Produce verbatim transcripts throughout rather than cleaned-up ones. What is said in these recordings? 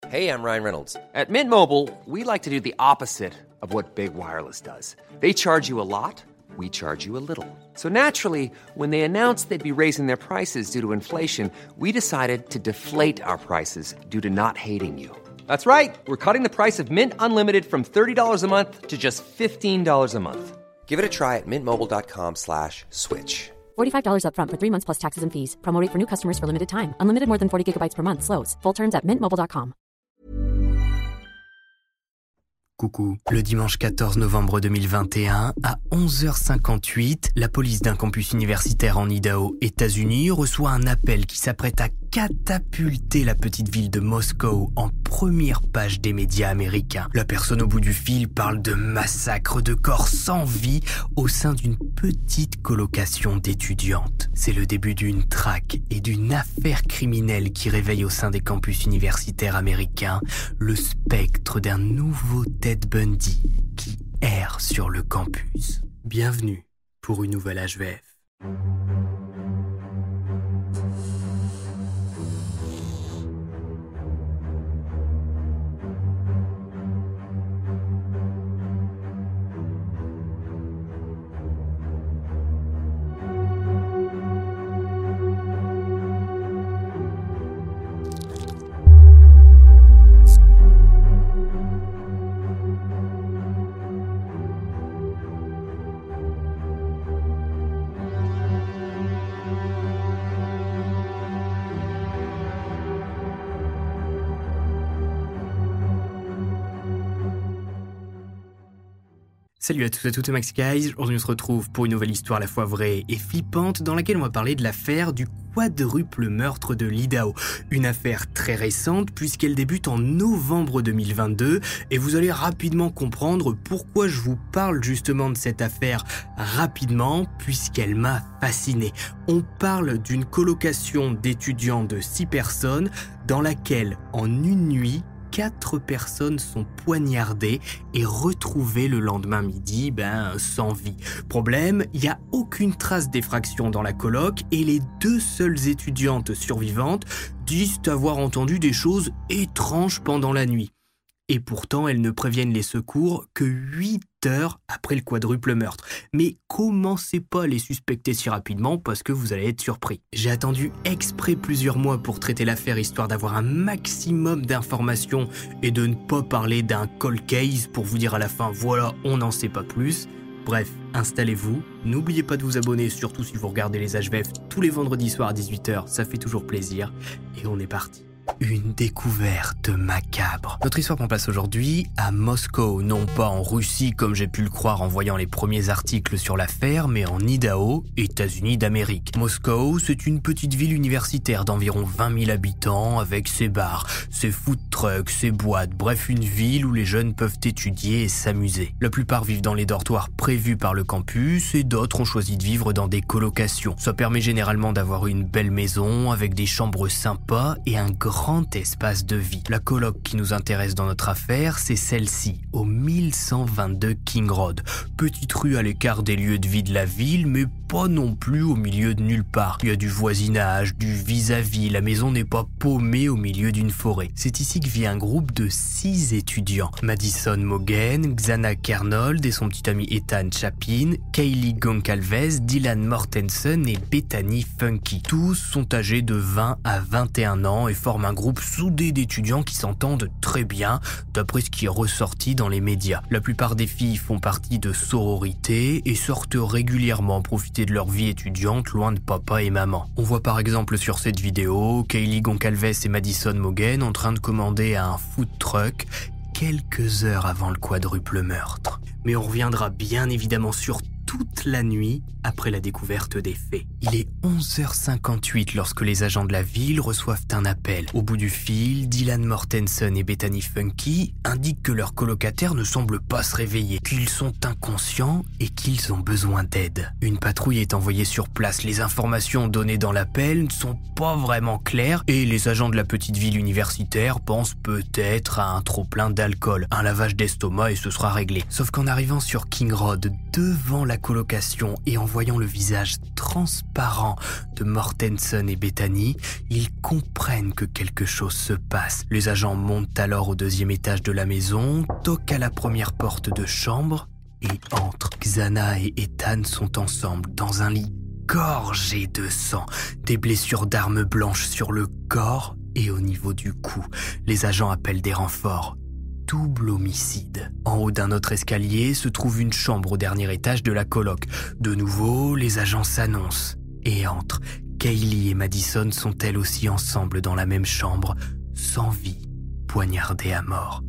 Hey, I'm Ryan Reynolds. At Mint Mobile, we like to do the opposite of what Big Wireless does. They charge you a lot, we charge you a little. So naturally, when they announced they'd be raising their prices due to inflation, we decided to deflate our prices due to not hating you. That's right. We're cutting the price of Mint Unlimited from thirty dollars a month to just fifteen dollars a month. Give it a try at mintmobile.com slash switch. forty-five dollars up front for three months plus taxes and fees. Promo rate for new customers for limited time. Unlimited more than forty gigabytes per month. Slows full terms at mint mobile dot com. Coucou. Le dimanche quatorze novembre deux mille vingt et un, à onze heures cinquante-huit, la police d'un campus universitaire en Idaho, États-Unis, reçoit un appel qui s'apprête à catapulter la petite ville de Moscow en première page des médias américains. La personne au bout du fil parle de massacre de corps sans vie au sein d'une petite colocation d'étudiantes. C'est le début d'une traque et d'une affaire criminelle qui réveille au sein des campus universitaires américains le spectre d'un nouveau Ted Bundy qui erre sur le campus. Bienvenue pour une nouvelle H V F. Salut à tous et à toutes, Max Guys. Aujourd'hui on se retrouve pour une nouvelle histoire à la fois vraie et flippante dans laquelle on va parler de l'affaire du quadruple meurtre de l'Idaho. Une affaire très récente puisqu'elle débute en novembre deux mille vingt-deux et vous allez rapidement comprendre pourquoi je vous parle justement de cette affaire rapidement puisqu'elle m'a fasciné. On parle d'une colocation d'étudiants de six personnes dans laquelle en une nuit, Quatre personnes sont poignardées et retrouvées le lendemain midi, ben, sans vie. Problème, il n'y a aucune trace d'effraction dans la coloc et les deux seules étudiantes survivantes disent avoir entendu des choses étranges pendant la nuit. Et pourtant, elles ne préviennent les secours que huit heures après le quadruple meurtre. Mais commencez pas à les suspecter si rapidement parce que vous allez être surpris. J'ai attendu exprès plusieurs mois pour traiter l'affaire histoire d'avoir un maximum d'informations et de ne pas parler d'un cold case pour vous dire à la fin, voilà, on n'en sait pas plus. Bref, installez-vous, n'oubliez pas de vous abonner, surtout si vous regardez les H V F tous les vendredis soirs à dix-huit heures, ça fait toujours plaisir. Et on est parti. Une découverte macabre. Notre histoire prend place aujourd'hui à Moscou, non pas en Russie comme j'ai pu le croire en voyant les premiers articles sur l'affaire, mais en Idaho, États-Unis d'Amérique. Moscou, c'est une petite ville universitaire d'environ vingt mille habitants avec ses bars, ses food trucks, ses boîtes, bref une ville où les jeunes peuvent étudier et s'amuser. La plupart vivent dans les dortoirs prévus par le campus et d'autres ont choisi de vivre dans des colocations. Ça permet généralement d'avoir une belle maison avec des chambres sympas et un grand grand espace de vie. La coloc qui nous intéresse dans notre affaire, c'est celle-ci, au mille cent vingt-deux King Road. Petite rue à l'écart des lieux de vie de la ville, mais pas non plus au milieu de nulle part. Il y a du voisinage, du vis-à-vis, la maison n'est pas paumée au milieu d'une forêt. C'est ici que vit un groupe de six étudiants. Madison Mogen, Xana Kernold et son petit ami Ethan Chapin, Kaylee Goncalves, Dylan Mortensen et Bethany Funky. Tous sont âgés de vingt à vingt et un ans et forment un groupe soudé d'étudiants qui s'entendent très bien, d'après ce qui est ressorti dans les médias. La plupart des filles font partie de sororités et sortent régulièrement profiter de leur vie étudiante loin de papa et maman. On voit par exemple sur cette vidéo Kaylee Goncalves et Madison Mogen en train de commander à un food truck quelques heures avant le quadruple meurtre. Mais on reviendra bien évidemment sur toute la nuit après la découverte des faits. Il est onze heures cinquante-huit lorsque les agents de la ville reçoivent un appel. Au bout du fil, Dylan Mortensen et Bethany Funky indiquent que leurs colocataires ne semblent pas se réveiller, qu'ils sont inconscients et qu'ils ont besoin d'aide. Une patrouille est envoyée sur place. Les informations données dans l'appel ne sont pas vraiment claires et les agents de la petite ville universitaire pensent peut-être à un trop-plein d'alcool, un lavage d'estomac et ce sera réglé. Sauf qu'en arrivant sur King Road, devant la colocation et en voyant le visage transparent de Mortensen et Bethany, ils comprennent que quelque chose se passe. Les agents montent alors au deuxième étage de la maison, toquent à la première porte de chambre et entrent. Xana et Ethan sont ensemble dans un lit gorgé de sang, des blessures d'armes blanches sur le corps et au niveau du cou. Les agents appellent des renforts. Double homicide. En haut d'un autre escalier se trouve une chambre au dernier étage de la coloc. De nouveau, les agents s'annoncent et entrent. Kaylee et Madison sont elles aussi ensemble dans la même chambre, sans vie, poignardées à mort.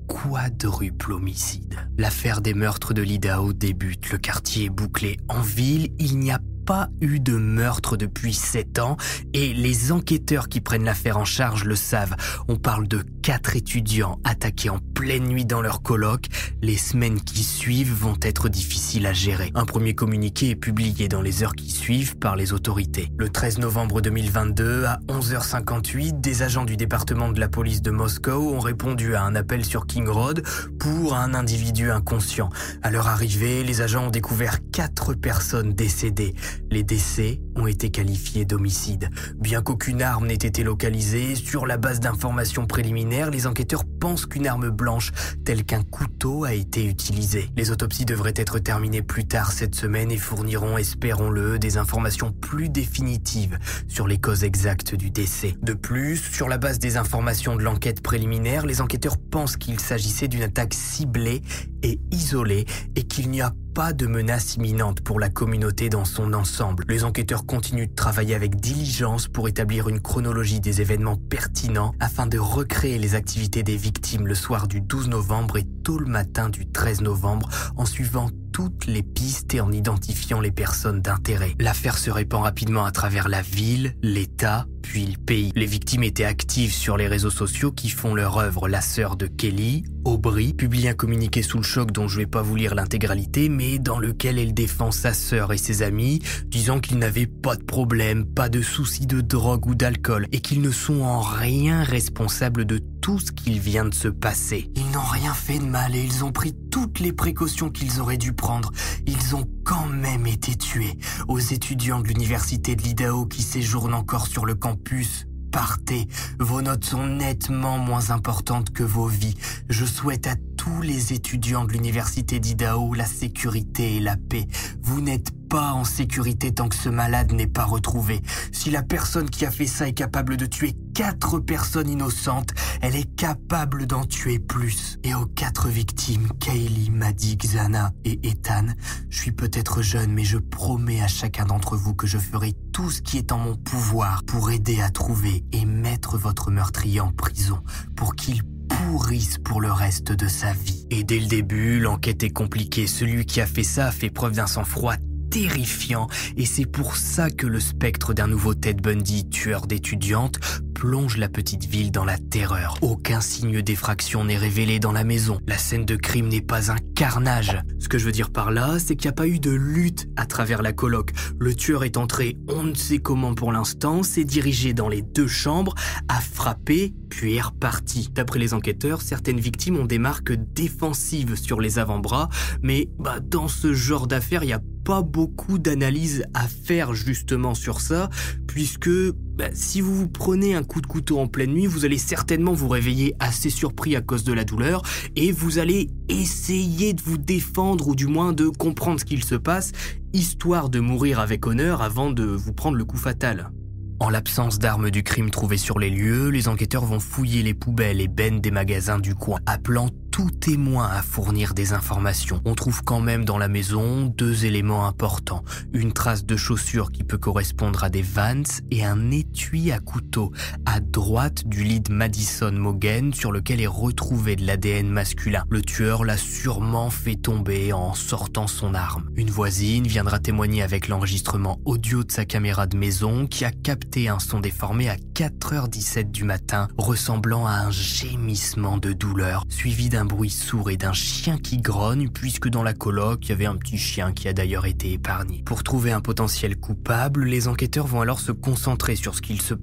Quadruple homicide. L'affaire des meurtres de l'Idaho débute. Le quartier est bouclé. En ville, il n'y a pas eu de meurtre depuis sept ans et les enquêteurs qui prennent l'affaire en charge le savent. On parle de quatre étudiants attaqués en pleine nuit dans leur coloc. Les semaines qui suivent vont être difficiles à gérer. Un premier communiqué est publié dans les heures qui suivent par les autorités. Le treize novembre deux mille vingt-deux, à onze heures cinquante-huit, des agents du département de la police de Moscou ont répondu à un appel sur King Road pour un individu inconscient. À leur arrivée, les agents ont découvert quatre personnes décédées. Les décès ont été qualifiés d'homicide. Bien qu'aucune arme n'ait été localisée, sur la base d'informations préliminaires, les enquêteurs pensent qu'une arme blanche, telle qu'un couteau, a été utilisée. Les autopsies devraient être terminées plus tard cette semaine et fourniront, espérons-le, des informations plus définitives sur les causes exactes du décès. De plus, sur la base des informations de l'enquête préliminaire, les enquêteurs pensent qu'il s'agissait d'une attaque ciblée et isolée et qu'il n'y a pas de menace imminente pour la communauté dans son ensemble. Les enquêteurs continuent de travailler avec diligence pour établir une chronologie des événements pertinents afin de recréer les activités des victimes le soir du douze novembre et tôt le matin du treize novembre en suivant toutes les pistes et en identifiant les personnes d'intérêt. L'affaire se répand rapidement à travers la ville, l'État, puis le pays. Les victimes étaient actives sur les réseaux sociaux qui font leur œuvre. La sœur de Kelly, Aubrey, publie un communiqué sous le choc dont je vais pas vous lire l'intégralité, mais dans lequel elle défend sa sœur et ses amis, disant qu'ils n'avaient pas de problème, pas de soucis de drogue ou d'alcool, et qu'ils ne sont en rien responsables de tout ce qu'il vient de se passer. Ils n'ont rien fait de mal et ils ont pris toutes les précautions qu'ils auraient dû prendre. Ils ont quand même été tués. Aux étudiants de l'université de l'Idaho qui séjournent encore sur le campus, partez. Vos notes sont nettement moins importantes que vos vies. Je souhaite à tous les étudiants de l'université d'Idaho la sécurité et la paix. Vous n'êtes pas en sécurité tant que ce malade n'est pas retrouvé. Si la personne qui a fait ça est capable de tuer quatre personnes innocentes, elle est capable d'en tuer plus. Et aux quatre victimes, Kaylee, Maddie, Xana et Ethan, je suis peut-être jeune, mais je promets à chacun d'entre vous que je ferai tout ce qui est en mon pouvoir pour aider à trouver et mettre votre meurtrier en prison pour qu'il pourrisse pour le reste de sa vie. Et dès le début, l'enquête est compliquée. Celui qui a fait ça a fait preuve d'un sang-froid terrifiant et c'est pour ça que le spectre d'un nouveau Ted Bundy, tueur d'étudiantes, plonge la petite ville dans la terreur. Aucun signe d'effraction n'est révélé dans la maison. La scène de crime n'est pas un carnage. Ce que je veux dire par là, c'est qu'il n'y a pas eu de lutte à travers la coloc. Le tueur est entré, on ne sait comment pour l'instant, s'est dirigé dans les deux chambres, a frappé, puis est reparti. D'après les enquêteurs, certaines victimes ont des marques défensives sur les avant-bras, mais bah, dans ce genre d'affaires, il n'y a pas beaucoup d'analyse à faire justement sur ça, puisque bah, si vous vous prenez un coup de couteau en pleine nuit, vous allez certainement vous réveiller assez surpris à cause de la douleur et vous allez essayer de vous défendre ou du moins de comprendre ce qu'il se passe, histoire de mourir avec honneur avant de vous prendre le coup fatal. En l'absence d'armes du crime trouvées sur les lieux, les enquêteurs vont fouiller les poubelles et bennes des magasins du coin, appelant tout témoin à fournir des informations. On trouve quand même dans la maison deux éléments importants. Une trace de chaussure qui peut correspondre à des Vans et un étui à couteau à droite du lit de Madison Mogen sur lequel est retrouvé de l'A D N masculin. Le tueur l'a sûrement fait tomber en sortant son arme. Une voisine viendra témoigner avec l'enregistrement audio de sa caméra de maison qui a capté un son déformé à quatre heures dix-sept du matin ressemblant à un gémissement de douleur suivi d'un bruit sourd et d'un chien qui grogne puisque dans la coloc, il y avait un petit chien qui a d'ailleurs été épargné. Pour trouver un potentiel coupable, les enquêteurs vont alors se concentrer sur ce qu'il se passe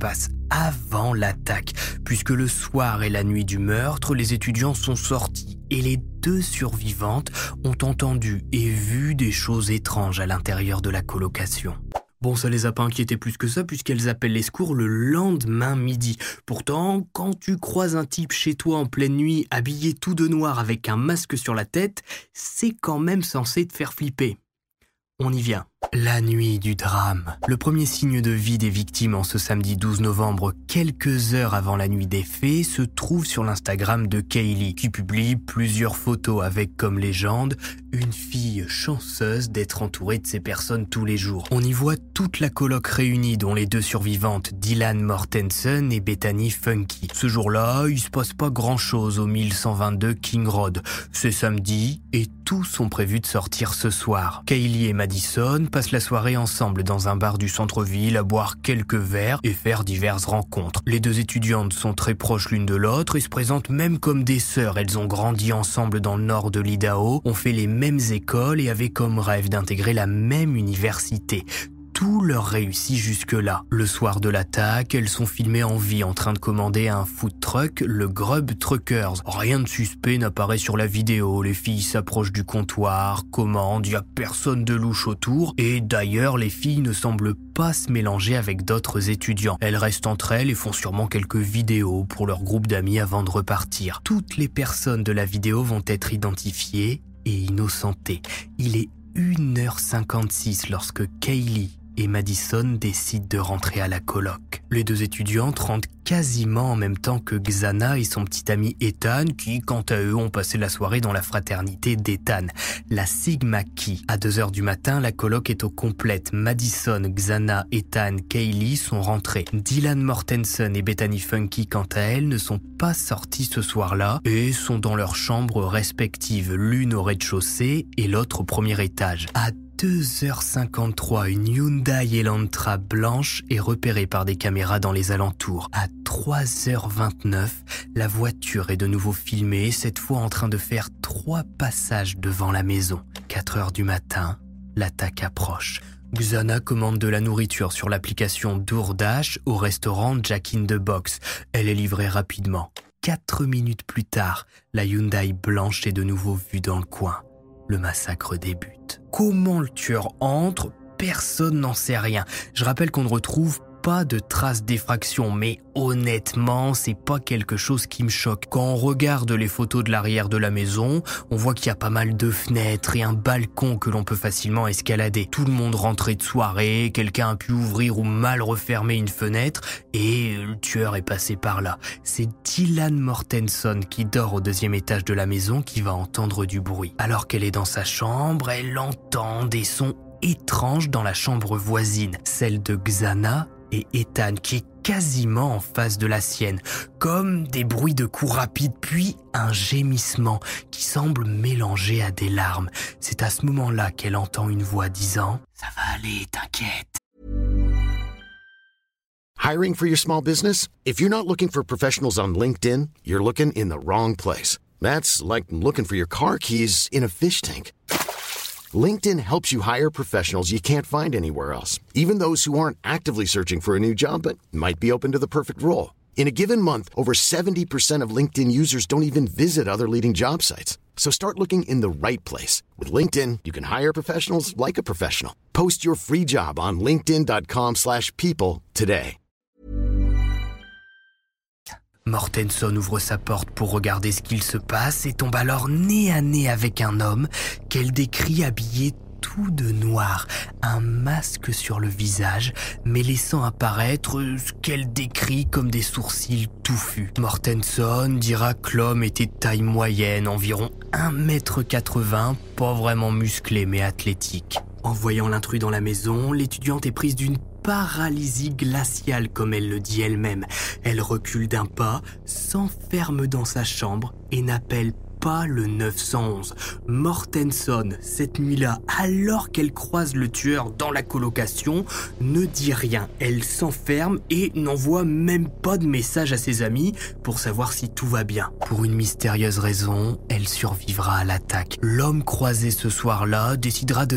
avant l'attaque, puisque le soir et la nuit du meurtre, les étudiants sont sortis et les deux survivantes ont entendu et vu des choses étranges à l'intérieur de la colocation. Bon, ça les a pas inquiétés plus que ça puisqu'elles appellent les secours le lendemain midi. Pourtant, quand tu croises un type chez toi en pleine nuit, habillé tout de noir avec un masque sur la tête, c'est quand même censé te faire flipper. On y vient. La nuit du drame. Le premier signe de vie des victimes en ce samedi douze novembre, quelques heures avant la nuit des faits, se trouve sur l'Instagram de Kaylee, qui publie plusieurs photos avec comme légende une fille chanceuse d'être entourée de ces personnes tous les jours. On y voit toute la coloc réunie, dont les deux survivantes, Dylan Mortensen et Bethany Funky. Ce jour-là, il se passe pas grand-chose au mille cent vingt-deux King Road. C'est samedi et tous sont prévus de sortir ce soir. Kaylee et Madison passent la soirée ensemble dans un bar du centre-ville à boire quelques verres et faire diverses rencontres. Les deux étudiantes sont très proches l'une de l'autre et se présentent même comme des sœurs. Elles ont grandi ensemble dans le nord de l'Idaho, ont fait les mêmes écoles et avaient comme rêve d'intégrer la même université. Tout leur réussit jusque-là. Le soir de l'attaque, elles sont filmées en vie en train de commander un food truck, le Grub Truckers. Rien de suspect n'apparaît sur la vidéo. Les filles s'approchent du comptoir, commandent, il n'y a personne de louche autour. Et d'ailleurs, les filles ne semblent pas se mélanger avec d'autres étudiants. Elles restent entre elles et font sûrement quelques vidéos pour leur groupe d'amis avant de repartir. Toutes les personnes de la vidéo vont être identifiées et innocentées. Il est une heure cinquante-six lorsque Kaylee et Madison décident de rentrer à la coloc. Les deux étudiantes rentrent quasiment en même temps que Xana et son petit ami Ethan, qui, quant à eux, ont passé la soirée dans la fraternité d'Ethan, la Sigma Chi. À deux heures du matin, la coloc est au complète. Madison, Xana, Ethan, Kaylee sont rentrés. Dylan Mortensen et Bethany Funky, quant à elles, ne sont pas sorties ce soir-là et sont dans leurs chambres respectives, l'une au rez-de-chaussée et l'autre au premier étage. À deux heures cinquante-trois, une Hyundai Elantra blanche est repérée par des caméras dans les alentours. À trois heures vingt-neuf, la voiture est de nouveau filmée, cette fois en train de faire trois passages devant la maison. quatre heures du matin, l'attaque approche. Xana commande de la nourriture sur l'application DoorDash au restaurant Jack in the Box. Elle est livrée rapidement. Quatre minutes plus tard, la Hyundai blanche est de nouveau vue dans le coin. Le massacre débute. Comment le tueur entre ? Personne n'en sait rien. Je rappelle qu'on ne retrouve pas de traces d'effraction, mais honnêtement, c'est pas quelque chose qui me choque. Quand on regarde les photos de l'arrière de la maison, on voit qu'il y a pas mal de fenêtres et un balcon que l'on peut facilement escalader. Tout le monde rentrait de soirée, quelqu'un a pu ouvrir ou mal refermer une fenêtre et le tueur est passé par là. C'est Dylan Mortensen qui dort au deuxième étage de la maison qui va entendre du bruit. Alors qu'elle est dans sa chambre, elle entend des sons étranges dans la chambre voisine, celle de Xana et Ethan, qui est quasiment en face de la sienne, comme des bruits de coups rapides, puis un gémissement qui semble mélangé à des larmes. C'est à ce moment-là qu'elle entend une voix disant « Ça va aller, t'inquiète ». Hiring for your small business? If you're not looking for professionals on LinkedIn, you're looking in the wrong place. That's like looking for your car keys in a fish tank. LinkedIn helps you hire professionals you can't find anywhere else, even those who aren't actively searching for a new job but might be open to the perfect role. In a given month, over seventy percent of LinkedIn users don't even visit other leading job sites. So start looking in the right place. With LinkedIn, you can hire professionals like a professional. Post your free job on linkedin dot com slash people today. Mortensen ouvre sa porte pour regarder ce qu'il se passe et tombe alors nez à nez avec un homme qu'elle décrit habillé tout de noir, un masque sur le visage, mais laissant apparaître ce qu'elle décrit comme des sourcils touffus. Mortensen dira que l'homme était de taille moyenne, environ un mètre quatre-vingts, pas vraiment musclé mais athlétique. En voyant l'intrus dans la maison, l'étudiante est prise d'une paralysie glaciale, comme elle le dit elle-même. Elle recule d'un pas, s'enferme dans sa chambre et n'appelle pas le neuf cent onze. Mortensen, cette nuit-là, alors qu'elle croise le tueur dans la colocation, ne dit rien. Elle s'enferme et n'envoie même pas de message à ses amis pour savoir si tout va bien. Pour une mystérieuse raison, elle survivra à l'attaque. L'homme croisé ce soir-là décidera de ne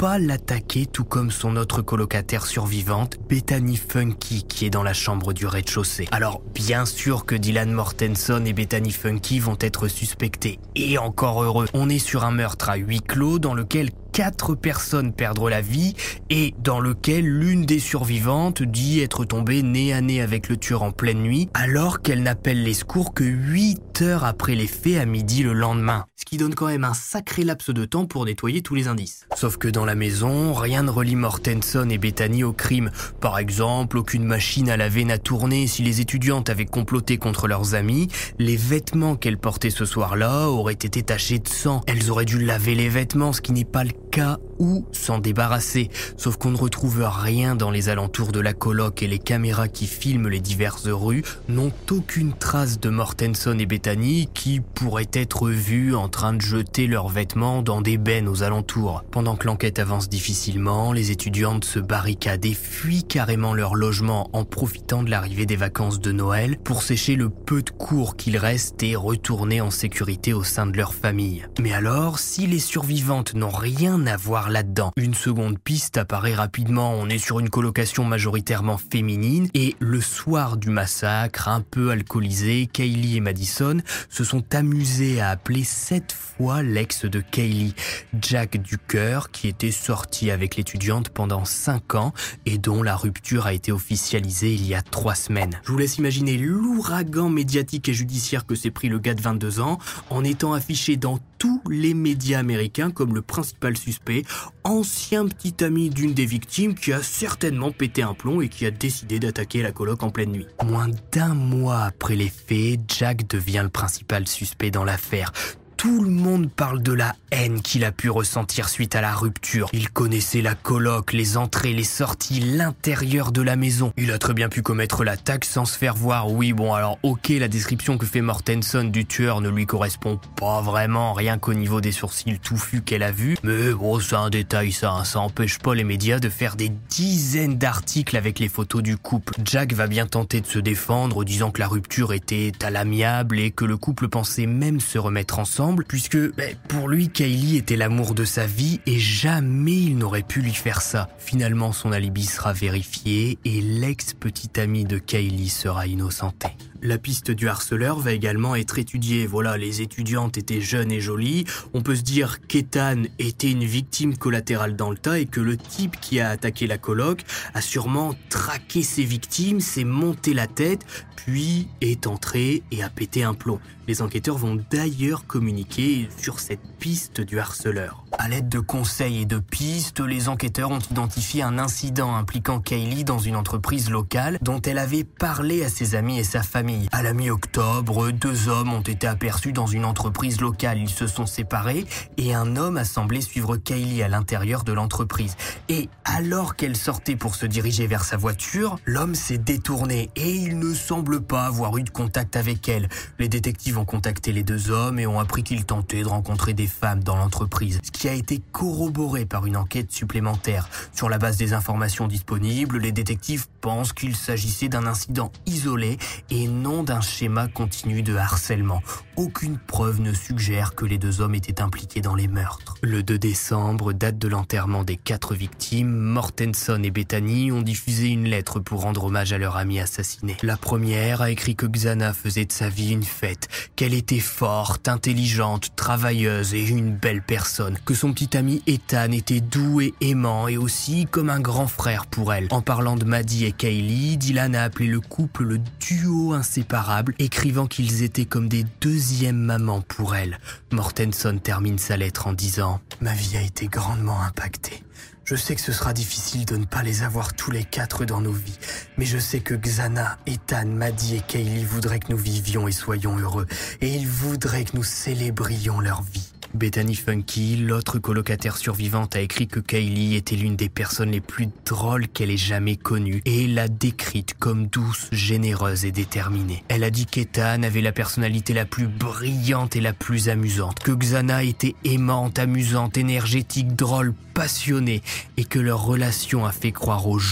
pas l'attaquer tout comme son autre colocataire survivante, Bethany Funky, qui est dans la chambre du rez-de-chaussée. Alors, bien sûr que Dylan Mortenson et Bethany Funky vont être suspectés. Et encore heureux, on est sur un meurtre à huis clos dans lequel quatre personnes perdront la vie et dans lequel l'une des survivantes dit être tombée nez à nez avec le tueur en pleine nuit alors qu'elle n'appelle les secours que huit heures après les faits à midi le lendemain. Ce qui donne quand même un sacré laps de temps pour nettoyer tous les indices. Sauf que dans la maison, rien ne relie Mortenson et Bethany au crime. Par exemple, aucune machine à laver n'a tourné si les étudiantes avaient comploté contre leurs amis. Les vêtements qu'elles portaient ce soir-là auraient été tachés de sang. Elles auraient dû laver les vêtements, ce qui n'est pas le cas, ou s'en débarrasser. Sauf qu'on ne retrouve rien dans les alentours de la coloc et les caméras qui filment les diverses rues n'ont aucune trace de Mortenson et Bethany qui pourraient être vus en train de jeter leurs vêtements dans des bennes aux alentours. Pendant que l'enquête avance difficilement, les étudiantes se barricadent et fuient carrément leur logement en profitant de l'arrivée des vacances de Noël pour sécher le peu de cours qu'il reste et retourner en sécurité au sein de leur famille. Mais alors, si les survivantes n'ont rien à voir là-dedans, une seconde piste apparaît rapidement. On est sur une colocation majoritairement féminine et le soir du massacre, un peu alcoolisés, Kaylee et Madison se sont amusés à appeler sept fois l'ex de Kaylee, Jack Ducker, qui était sorti avec l'étudiante pendant cinq ans et dont la rupture a été officialisée il y a trois semaines. Je vous laisse imaginer l'ouragan médiatique et judiciaire que s'est pris le gars de vingt-deux ans en étant affiché dans tous les médias américains comme le principal suspect, ancien petit ami d'une des victimes qui a certainement pété un plomb et qui a décidé d'attaquer la coloc en pleine nuit. Moins d'un mois après les faits, Jack devient le principal suspect dans l'affaire. Tout le monde parle de la haine qu'il a pu ressentir suite à la rupture. Il connaissait la coloc, les entrées, les sorties, l'intérieur de la maison. Il a très bien pu commettre l'attaque sans se faire voir. Oui, bon, alors ok, la description que fait Mortenson du tueur ne lui correspond pas vraiment, rien qu'au niveau des sourcils touffus qu'elle a vus. Mais bon, c'est un détail ça, hein. Ça empêche pas les médias de faire des dizaines d'articles avec les photos du couple. Jack va bien tenter de se défendre, disant que la rupture était à l'amiable et que le couple pensait même se remettre ensemble, puisque ben, pour lui, Kaylee était l'amour de sa vie et jamais il n'aurait pu lui faire ça. Finalement, son alibi sera vérifié et l'ex-petite amie de Kaylee sera innocentée. La piste du harceleur va également être étudiée. Voilà, les étudiantes étaient jeunes et jolies. On peut se dire qu'Ethan était une victime collatérale dans le tas et que le type qui a attaqué la coloc a sûrement traqué ses victimes, s'est monté la tête, puis est entré et a pété un plomb. Les enquêteurs vont d'ailleurs communiquer sur cette piste du harceleur. À l'aide de conseils et de pistes, les enquêteurs ont identifié un incident impliquant Kaylee dans une entreprise locale dont elle avait parlé à ses amis et sa famille. À la mi-octobre, deux hommes ont été aperçus dans une entreprise locale. Ils se sont séparés et un homme a semblé suivre Kaylee à l'intérieur de l'entreprise. Et alors qu'elle sortait pour se diriger vers sa voiture, l'homme s'est détourné et il ne semble pas avoir eu de contact avec elle. Les détectives ont contacté les deux hommes et ont appris qu'ils tentaient de rencontrer des femmes dans l'entreprise, ce qui a été corroboré par une enquête supplémentaire. Sur la base des informations disponibles, les détectives pensent qu'il s'agissait d'un incident isolé et non d'un schéma continu de harcèlement. Aucune preuve ne suggère que les deux hommes étaient impliqués dans les meurtres. Le deux décembre, date de l'enterrement des quatre victimes, Mortenson et Bethany ont diffusé une lettre pour rendre hommage à leur ami assassiné. La première a écrit que Xana faisait de sa vie une fête, qu'elle était forte, intelligente, travailleuse et une belle personne, que son petit ami Ethan était doux et aimant et aussi comme un grand frère pour elle. En parlant de Maddie et Kaylee, Dylan a appelé le couple le duo inséparable, écrivant qu'ils étaient comme des deuxièmes mamans pour elle. Mortenson termine sa lettre en disant « Ma vie a été grandement impactée. Je sais que ce sera difficile de ne pas les avoir tous les quatre dans nos vies, mais je sais que Xana, Ethan, Maddie et Kaylee voudraient que nous vivions et soyons heureux, et ils voudraient que nous célébrions leur vie. » Bethany Funky, l'autre colocataire survivante, a écrit que Kaylee était l'une des personnes les plus drôles qu'elle ait jamais connues et l'a décrite comme douce, généreuse et déterminée. Elle a dit qu'Ethan avait la personnalité la plus brillante et la plus amusante, que Xana était aimante, amusante, énergétique, drôle, passionnée et que leur relation a fait croire aux gens,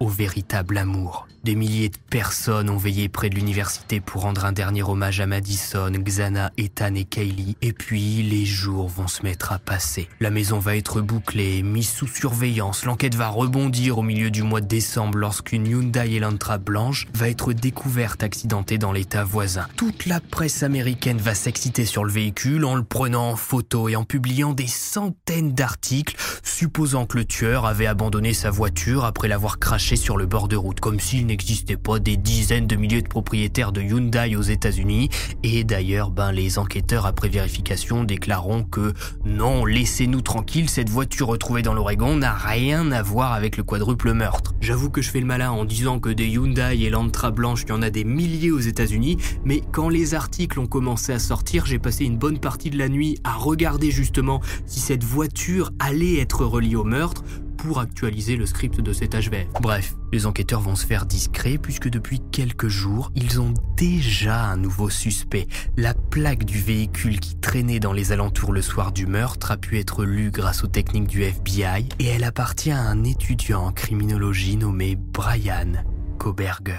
au véritable amour. Des milliers de personnes ont veillé près de l'université pour rendre un dernier hommage à Madison, Xana, Ethan et Kaylee. Et puis, les jours vont se mettre à passer. La maison va être bouclée, mise sous surveillance. L'enquête va rebondir au milieu du mois de décembre lorsqu'une Hyundai Elantra blanche va être découverte accidentée dans l'état voisin. Toute la presse américaine va s'exciter sur le véhicule en le prenant en photo et en publiant des centaines d'articles supposant que le tueur avait abandonné sa voiture après l'avoir crashée sur le bord de route, comme s'il n'existait pas des dizaines de milliers de propriétaires de Hyundai aux États-Unis. Et d'ailleurs, ben, les enquêteurs après vérification déclareront que non, laissez-nous tranquille, cette voiture retrouvée dans l'Oregon n'a rien à voir avec le quadruple meurtre. J'avoue que je fais le malin en disant que des Hyundai et Elantra blanches, il y en a des milliers aux États-Unis, mais quand les articles ont commencé à sortir, j'ai passé une bonne partie de la nuit à regarder justement si cette voiture allait être reliée au meurtre pour actualiser le script de cet H V F. Bref, les enquêteurs vont se faire discrets puisque depuis quelques jours, ils ont déjà un nouveau suspect. La plaque du véhicule qui traînait dans les alentours le soir du meurtre a pu être lue grâce aux techniques du F B I et elle appartient à un étudiant en criminologie nommé Brian Kohberger.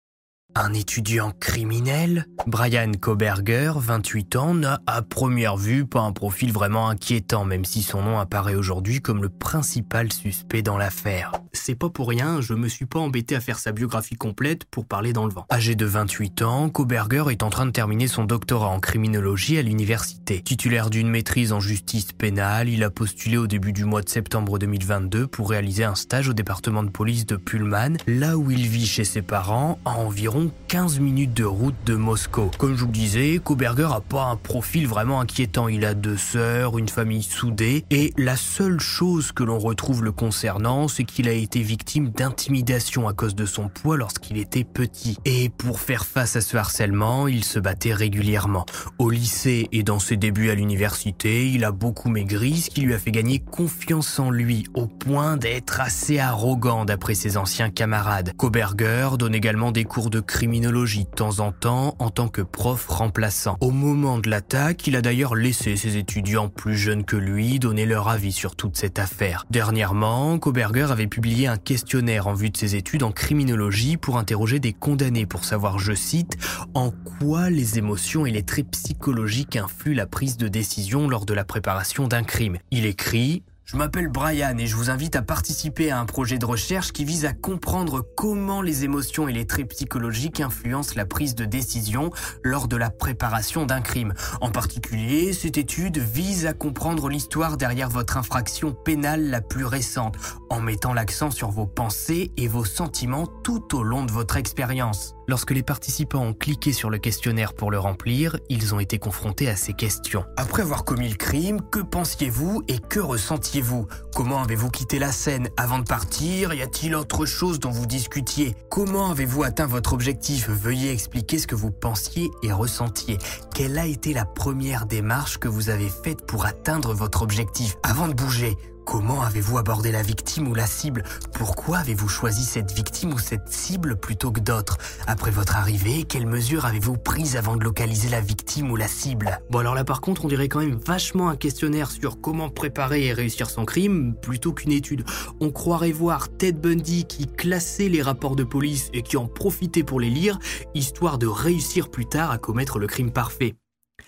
Un étudiant criminel ? Brian Kohberger, vingt-huit ans, n'a à première vue pas un profil vraiment inquiétant, même si son nom apparaît aujourd'hui comme le principal suspect dans l'affaire. C'est pas pour rien, je me suis pas embêté à faire sa biographie complète pour parler dans le vent. Âgé de vingt-huit ans, Kohberger est en train de terminer son doctorat en criminologie à l'université. Titulaire d'une maîtrise en justice pénale, il a postulé au début du mois de septembre deux mille vingt-deux pour réaliser un stage au département de police de Pullman, là où il vit chez ses parents, à environ quinze minutes de route de Moscou. Comme je vous le disais, Kohberger a pas un profil vraiment inquiétant. Il a deux sœurs, une famille soudée, et la seule chose que l'on retrouve le concernant, c'est qu'il a été victime d'intimidation à cause de son poids lorsqu'il était petit. Et pour faire face à ce harcèlement, il se battait régulièrement. Au lycée et dans ses débuts à l'université, il a beaucoup maigri, ce qui lui a fait gagner confiance en lui, au point d'être assez arrogant d'après ses anciens camarades. Kohberger donne également des cours de criminologie de temps en temps en tant que prof remplaçant. Au moment de l'attaque, il a d'ailleurs laissé ses étudiants plus jeunes que lui donner leur avis sur toute cette affaire. Dernièrement, Kohberger avait publié un questionnaire en vue de ses études en criminologie pour interroger des condamnés pour savoir, je cite, « en quoi les émotions et les traits psychologiques influent la prise de décision lors de la préparation d'un crime ». Il écrit « Je m'appelle Brian et je vous invite à participer à un projet de recherche qui vise à comprendre comment les émotions et les traits psychologiques influencent la prise de décision lors de la préparation d'un crime. En particulier, cette étude vise à comprendre l'histoire derrière votre infraction pénale la plus récente, en mettant l'accent sur vos pensées et vos sentiments tout au long de votre expérience. » Lorsque les participants ont cliqué sur le questionnaire pour le remplir, ils ont été confrontés à ces questions. Après avoir commis le crime, que pensiez-vous et que ressentiez-vous ? Comment avez-vous quitté la scène ? Avant de partir, y a-t-il autre chose dont vous discutiez ? Comment avez-vous atteint votre objectif ? Veuillez expliquer ce que vous pensiez et ressentiez. Quelle a été la première démarche que vous avez faite pour atteindre votre objectif ? Avant de bouger, comment avez-vous abordé la victime ou la cible ? Pourquoi avez-vous choisi cette victime ou cette cible plutôt que d'autres ? Après votre arrivée, quelles mesures avez-vous prises avant de localiser la victime ou la cible ? Bon alors là par contre, on dirait quand même vachement un questionnaire sur comment préparer et réussir son crime plutôt qu'une étude. On croirait voir Ted Bundy qui classait les rapports de police et qui en profitait pour les lire, histoire de réussir plus tard à commettre le crime parfait.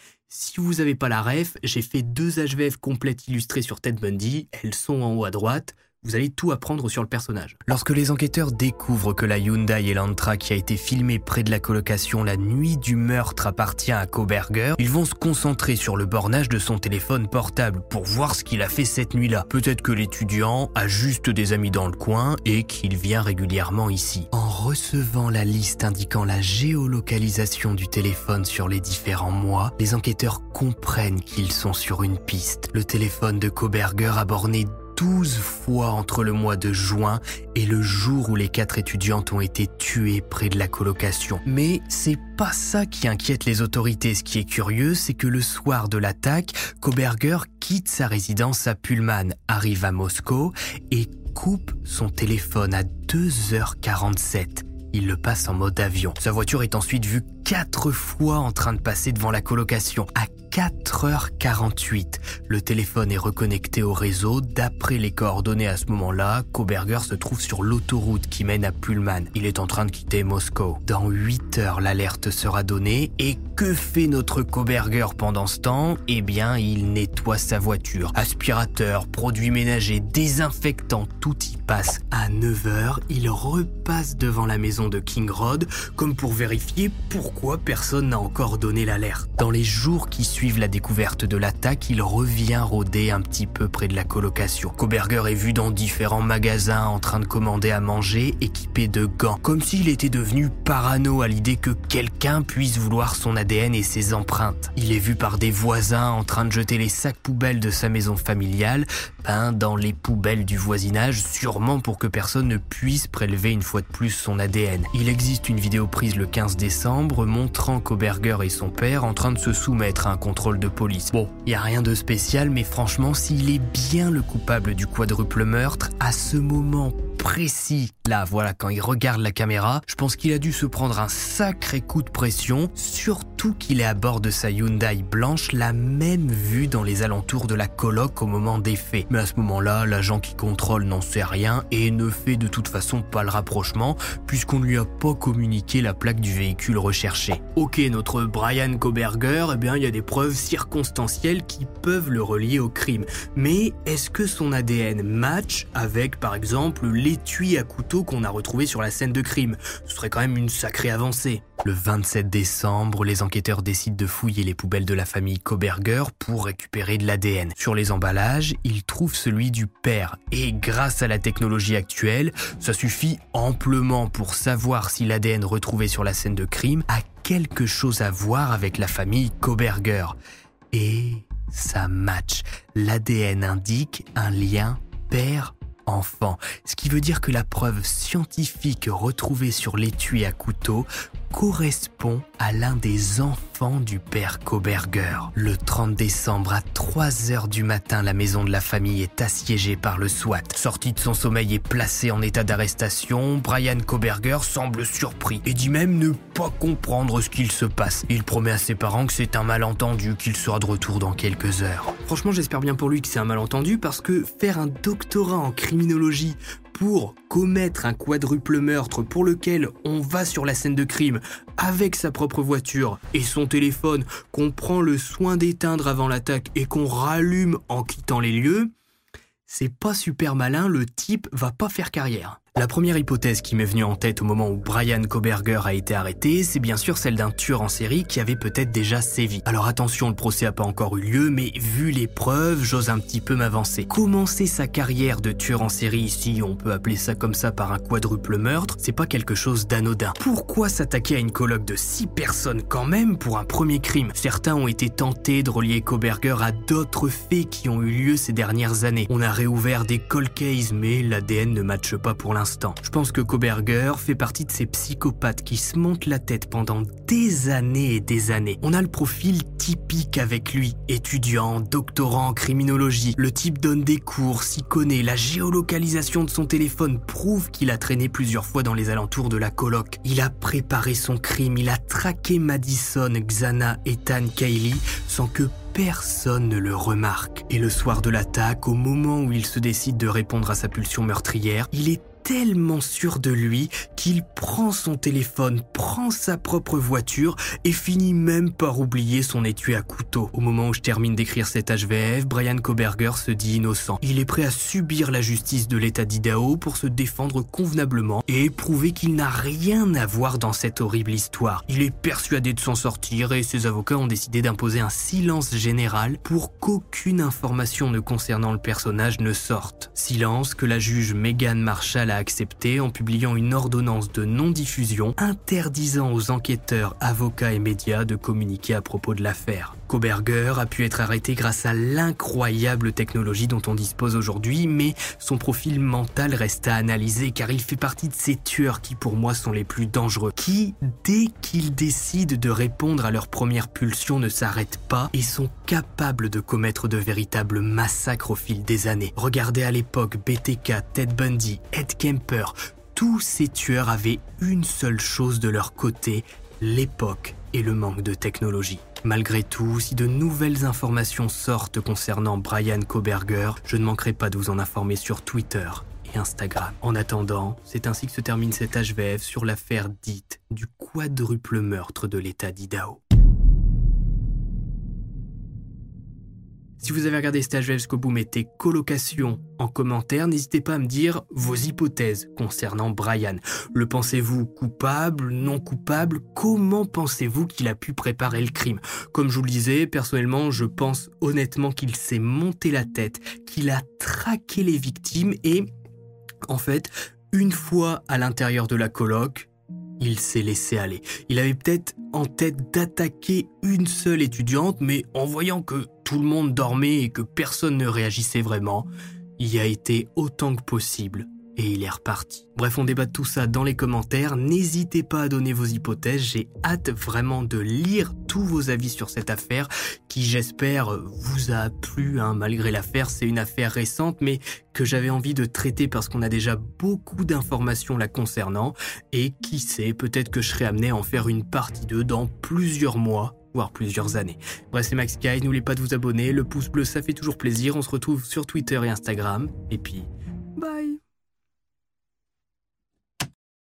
Si vous n'avez pas la ref, j'ai fait deux H V F complètes illustrées sur Ted Bundy, elles sont en haut à droite. Vous allez tout apprendre sur le personnage. Lorsque les enquêteurs découvrent que la Hyundai Elantra qui a été filmée près de la colocation la nuit du meurtre appartient à Kohberger, ils vont se concentrer sur le bornage de son téléphone portable pour voir ce qu'il a fait cette nuit-là. Peut-être que l'étudiant a juste des amis dans le coin et qu'il vient régulièrement ici. En recevant la liste indiquant la géolocalisation du téléphone sur les différents mois, les enquêteurs comprennent qu'ils sont sur une piste. Le téléphone de Kohberger a borné douze fois entre le mois de juin et le jour où les quatre étudiantes ont été tuées près de la colocation. Mais c'est pas ça qui inquiète les autorités. Ce qui est curieux, c'est que le soir de l'attaque, Kohberger quitte sa résidence à Pullman, arrive à Moscou et coupe son téléphone à deux heures quarante-sept. Il le passe en mode avion. Sa voiture est ensuite vue quatre fois en train de passer devant la colocation. À quatre heures quarante-huit. Le téléphone est reconnecté au réseau. D'après les coordonnées à ce moment-là, Kohberger se trouve sur l'autoroute qui mène à Pullman. Il est en train de quitter Moscou. Dans huit heures, l'alerte sera donnée. Et que fait notre Kohberger pendant ce temps ? Eh bien, il nettoie sa voiture. Aspirateur, produits ménagers, désinfectant, tout y passe. À neuf heures, il repasse devant la maison de King Road, comme pour vérifier pourquoi personne n'a encore donné l'alerte. Dans les jours qui suivent la découverte de l'attaque, il revient rôder un petit peu près de la colocation. Kohberger est vu dans différents magasins en train de commander à manger, équipé de gants, comme s'il était devenu parano à l'idée que quelqu'un puisse vouloir son A D N et ses empreintes. Il est vu par des voisins en train de jeter les sacs poubelles de sa maison familiale, ben dans les poubelles du voisinage, sûrement pour que personne ne puisse prélever une fois de plus son A D N. Il existe une vidéo prise le quinze décembre montrant Kohberger et son père en train de se soumettre à un contrôle de police. Bon, il n'y a rien de spécial, mais franchement, s'il est bien le coupable du quadruple meurtre, à ce moment précis, là, voilà, quand il regarde la caméra, je pense qu'il a dû se prendre un sacré coup de pression, surtout qu'il est à bord de sa Hyundai blanche, la même vue dans les alentours de la coloc au moment des faits. Mais à ce moment-là, l'agent qui contrôle n'en sait rien et ne fait de toute façon pas le rapprochement, puisqu'on ne lui a pas communiqué la plaque du véhicule recherché. Ok, notre Bryan Kohberger, eh bien, il y a des preuves circonstancielles qui peuvent le relier au crime. Mais est-ce que son A D N match avec, par exemple, l'étui à couteau qu'on a retrouvé sur la scène de crime? Ce serait quand même une sacrée avancée. Le vingt-sept décembre, les enquêteurs décident de fouiller les poubelles de la famille Kohberger pour récupérer de l'A D N. Sur les emballages, ils trouvent celui du père. Et grâce à la technologie actuelle, ça suffit amplement pour savoir si l'A D N retrouvé sur la scène de crime a quelque chose à voir avec la famille Kohberger. Et ça match. L'A D N indique un lien père enfant, ce qui veut dire que la preuve scientifique retrouvée sur l'étui à couteau correspond à l'un des enfants du père Kohberger. Le trente décembre à trois heures du matin, la maison de la famille est assiégée par le SWAT. Sorti de son sommeil et placé en état d'arrestation, Bryan Kohberger semble surpris et dit même ne pas comprendre ce qu'il se passe. Il promet à ses parents que c'est un malentendu, qu'il sera de retour dans quelques heures. Franchement, j'espère bien pour lui que c'est un malentendu parce que faire un doctorat en criminologie pour commettre un quadruple meurtre pour lequel on va sur la scène de crime avec sa propre voiture et son téléphone qu'on prend le soin d'éteindre avant l'attaque et qu'on rallume en quittant les lieux, c'est pas super malin, le type va pas faire carrière. La première hypothèse qui m'est venue en tête au moment où Bryan Kohberger a été arrêté, c'est bien sûr celle d'un tueur en série qui avait peut-être déjà sévi. Alors attention, le procès n'a pas encore eu lieu, mais vu les preuves, j'ose un petit peu m'avancer. Commencer sa carrière de tueur en série, si on peut appeler ça comme ça, par un quadruple meurtre, c'est pas quelque chose d'anodin. Pourquoi s'attaquer à une coloc de six personnes quand même pour un premier crime ? Certains ont été tentés de relier Kohberger à d'autres faits qui ont eu lieu ces dernières années. On a réouvert des cold cases, mais l'A D N ne matche pas pour l'instant. Je pense que Kohberger fait partie de ces psychopathes qui se montent la tête pendant des années et des années. On a le profil typique avec lui. Étudiant, doctorant en criminologie. Le type donne des cours, s'y connaît. La géolocalisation de son téléphone prouve qu'il a traîné plusieurs fois dans les alentours de la coloc. Il a préparé son crime. Il a traqué Madison, Xana, Ethan, Kaylee sans que personne ne le remarque. Et le soir de l'attaque, au moment où il se décide de répondre à sa pulsion meurtrière, il est tellement sûr de lui qu'il prend son téléphone, prend sa propre voiture et finit même par oublier son étui à couteau. Au moment où je termine d'écrire cet H V F, Bryan Kohberger se dit innocent. Il est prêt à subir la justice de l'État d'Idaho pour se défendre convenablement et prouver qu'il n'a rien à voir dans cette horrible histoire. Il est persuadé de s'en sortir et ses avocats ont décidé d'imposer un silence général pour qu'aucune information ne concernant le personnage ne sorte. Silence que la juge Megan Marshall a accepté en publiant une ordonnance de non-diffusion interdisant aux enquêteurs, avocats et médias de communiquer à propos de l'affaire. Kohberger a pu être arrêté grâce à l'incroyable technologie dont on dispose aujourd'hui, mais son profil mental reste à analyser car il fait partie de ces tueurs qui pour moi sont les plus dangereux, qui, dès qu'ils décident de répondre à leur première pulsion, ne s'arrêtent pas et sont capables de commettre de véritables massacres au fil des années. Regardez à l'époque B T K, Ted Bundy, Ed Kemper, tous ces tueurs avaient une seule chose de leur côté, l'époque et le manque de technologie. Malgré tout, si de nouvelles informations sortent concernant Bryan Kohberger, je ne manquerai pas de vous en informer sur Twitter et Instagram. En attendant, c'est ainsi que se termine cet H V F sur l'affaire dite du quadruple meurtre de l'État d'Idaho. Si vous avez regardé cet H V F jusqu'au bout, mettez colocation en commentaire. N'hésitez pas à me dire vos hypothèses concernant Bryan. Le pensez-vous coupable, non coupable? Comment pensez-vous qu'il a pu préparer le crime? Comme je vous le disais, personnellement, je pense honnêtement qu'il s'est monté la tête, qu'il a traqué les victimes et, en fait, une fois à l'intérieur de la coloc, il s'est laissé aller. Il avait peut-être en tête d'attaquer une seule étudiante, mais en voyant que tout le monde dormait et que personne ne réagissait vraiment, il y a été autant que possible et il est reparti. Bref, on débat de tout ça dans les commentaires. N'hésitez pas à donner vos hypothèses. J'ai hâte vraiment de lire tous vos avis sur cette affaire qui, j'espère, vous a plu, hein, malgré l'affaire. C'est une affaire récente, mais que j'avais envie de traiter parce qu'on a déjà beaucoup d'informations la concernant. Et qui sait, peut-être que je serai amené à en faire une partie deux dans plusieurs mois, voire plusieurs années. Bref, c'est Max Guy, n'oubliez pas de vous abonner, le pouce bleu ça fait toujours plaisir, on se retrouve sur Twitter et Instagram, et puis